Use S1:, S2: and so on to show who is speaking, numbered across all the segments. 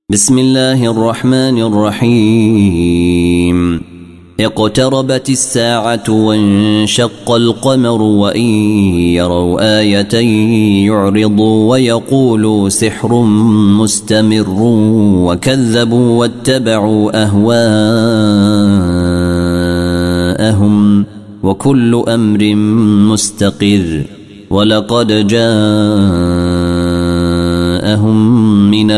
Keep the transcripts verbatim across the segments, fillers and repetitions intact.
S1: بسم الله الرحمن الرحيم. اقتربت الساعة وانشق القمر وإن يروا آية يعرضوا ويقولوا سحر مستمر وكذبوا واتبعوا أهواءهم وكل أمر مستقر ولقد جاءهم من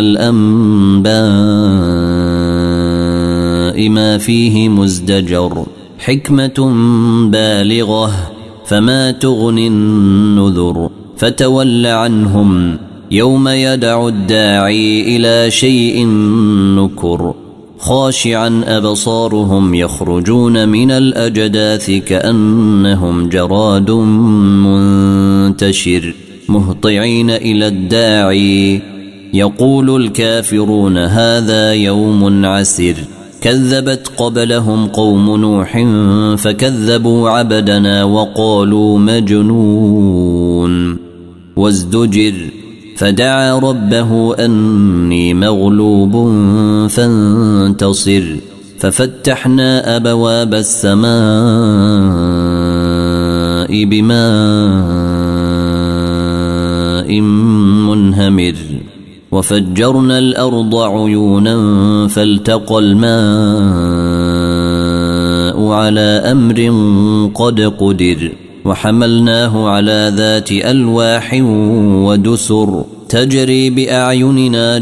S1: الأنباء ما فيه مزدجر حكمة بالغة فما تغني النذر فتول عنهم يوم يدعو الداعي إلى شيء نكر خاشعا أبصارهم يخرجون من الأجداث كأنهم جراد منتشر مهطعين إلى الداعي يقول الكافرون هذا يوم عسر كذبت قبلهم قوم نوح فكذبوا عبدنا وقالوا مجنون وازدجر فدعا ربه أني مغلوب فانتصر ففتحنا أبواب السماء بماء منهمر وفجرنا الأرض عيونا فالتقى الماء على أمر قد قدر وحملناه على ذات ألواح ودسر تجري بأعيننا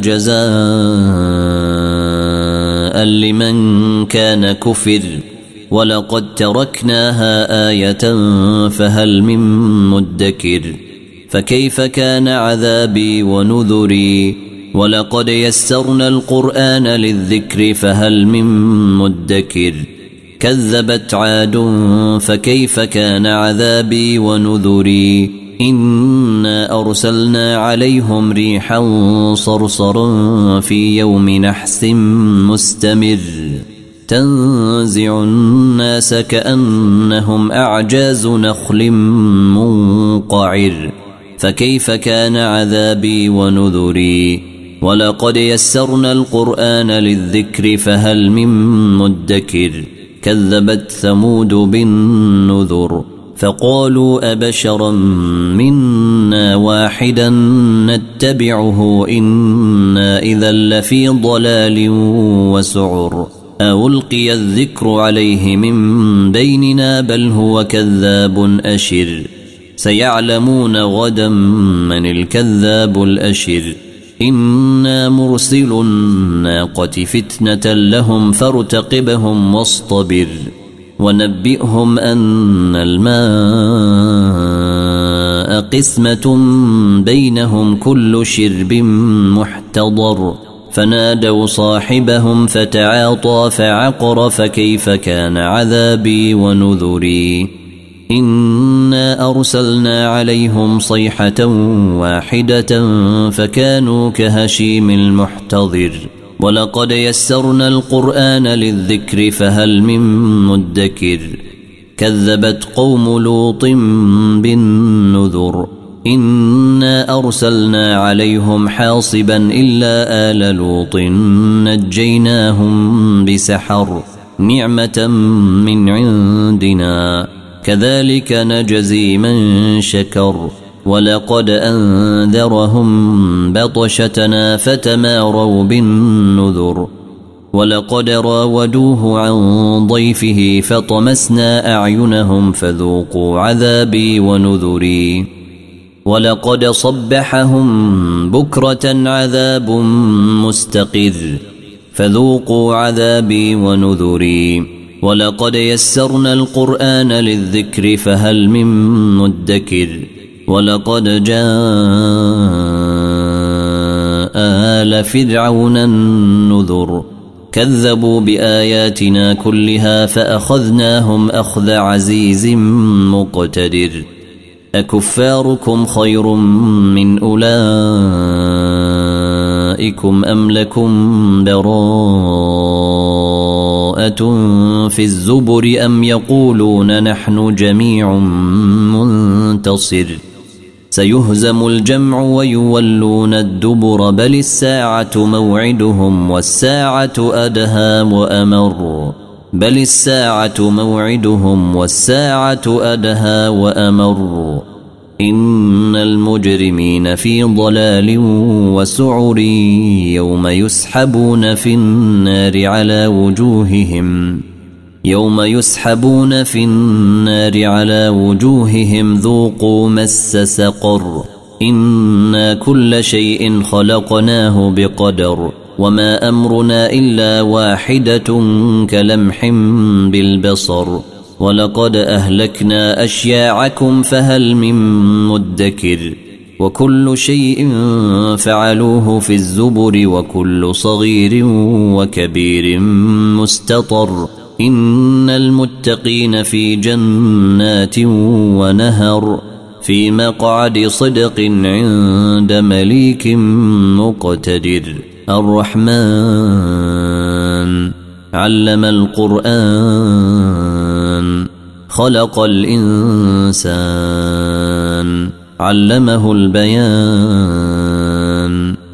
S1: جزاء لمن كان كفر ولقد تركناها آية فهل من مدكر فكيف كان عذابي ونذري ولقد يسرنا القرآن للذكر فهل من مدكر كذبت عاد فكيف كان عذابي ونذري إنا أرسلنا عليهم ريحا صرصرا في يوم نحس مستمر تنزع الناس كأنهم أعجاز نخل منقعر فكيف كان عذابي ونذري ولقد يسرنا القرآن للذكر فهل من مدكر كذبت ثمود بالنذر فقالوا أبشرا منا واحدا نتبعه إنا إذا لفي ضلال وسعر ألقي الذكر عليه من بيننا بل هو كذاب أشر سيعلمون غدا من الكذاب الأشر إنا مرسل الناقة فتنة لهم فارتقبهم واصطبر ونبئهم أن الماء قسمة بينهم كل شرب محتضر فنادوا صاحبهم فتعاطى فعقر فكيف كان عذابي ونذري إنا أرسلنا عليهم صيحة واحدة فكانوا كهشيم المحتضر ولقد يسرنا القرآن للذكر فهل من مدكر كذبت قوم لوط بالنذر إنا أرسلنا عليهم حاصبا إلا آل لوط نجيناهم بسحر نعمة من عندنا كذلك نجزي من شكر ولقد أنذرهم بطشتنا فتماروا بالنذر ولقد راودوه عن ضيفه فطمسنا أعينهم فذوقوا عذابي ونذري ولقد صبحهم بكرة عذاب مستقر فذوقوا عذابي ونذري ولقد يسرنا القرآن للذكر فهل من مدكر ولقد جاء آل فرعون النذر كذبوا بآياتنا كلها فأخذناهم أخذ عزيز مقتدر أكفاركم خير من أولئكم أم لكم براءة في الزبر أم يقولون نحن جميع منتصر سيهزم الجمع ويولون الدبر بل الساعة موعدهم والساعة أدهى وأمر بل الساعة موعدهم والساعة أدهى وأمر إن المجرمين في ضلال وسعر يوم يسحبون في النار على وجوههم يوم يسحبون في النار على وجوههم ذوقوا مس سقر إنا كل شيء خلقناه بقدر وما أمرنا إلا واحدة كلمح بالبصر ولقد أهلكنا أشياعكم فهل من مدكر وكل شيء فعلوه في الزبر وكل صغير وكبير مستطر إن المتقين في جنات ونهر في مقعد صدق عند مليك مقتدر الرحمن علم القرآن خلق الإنسان علمه البيان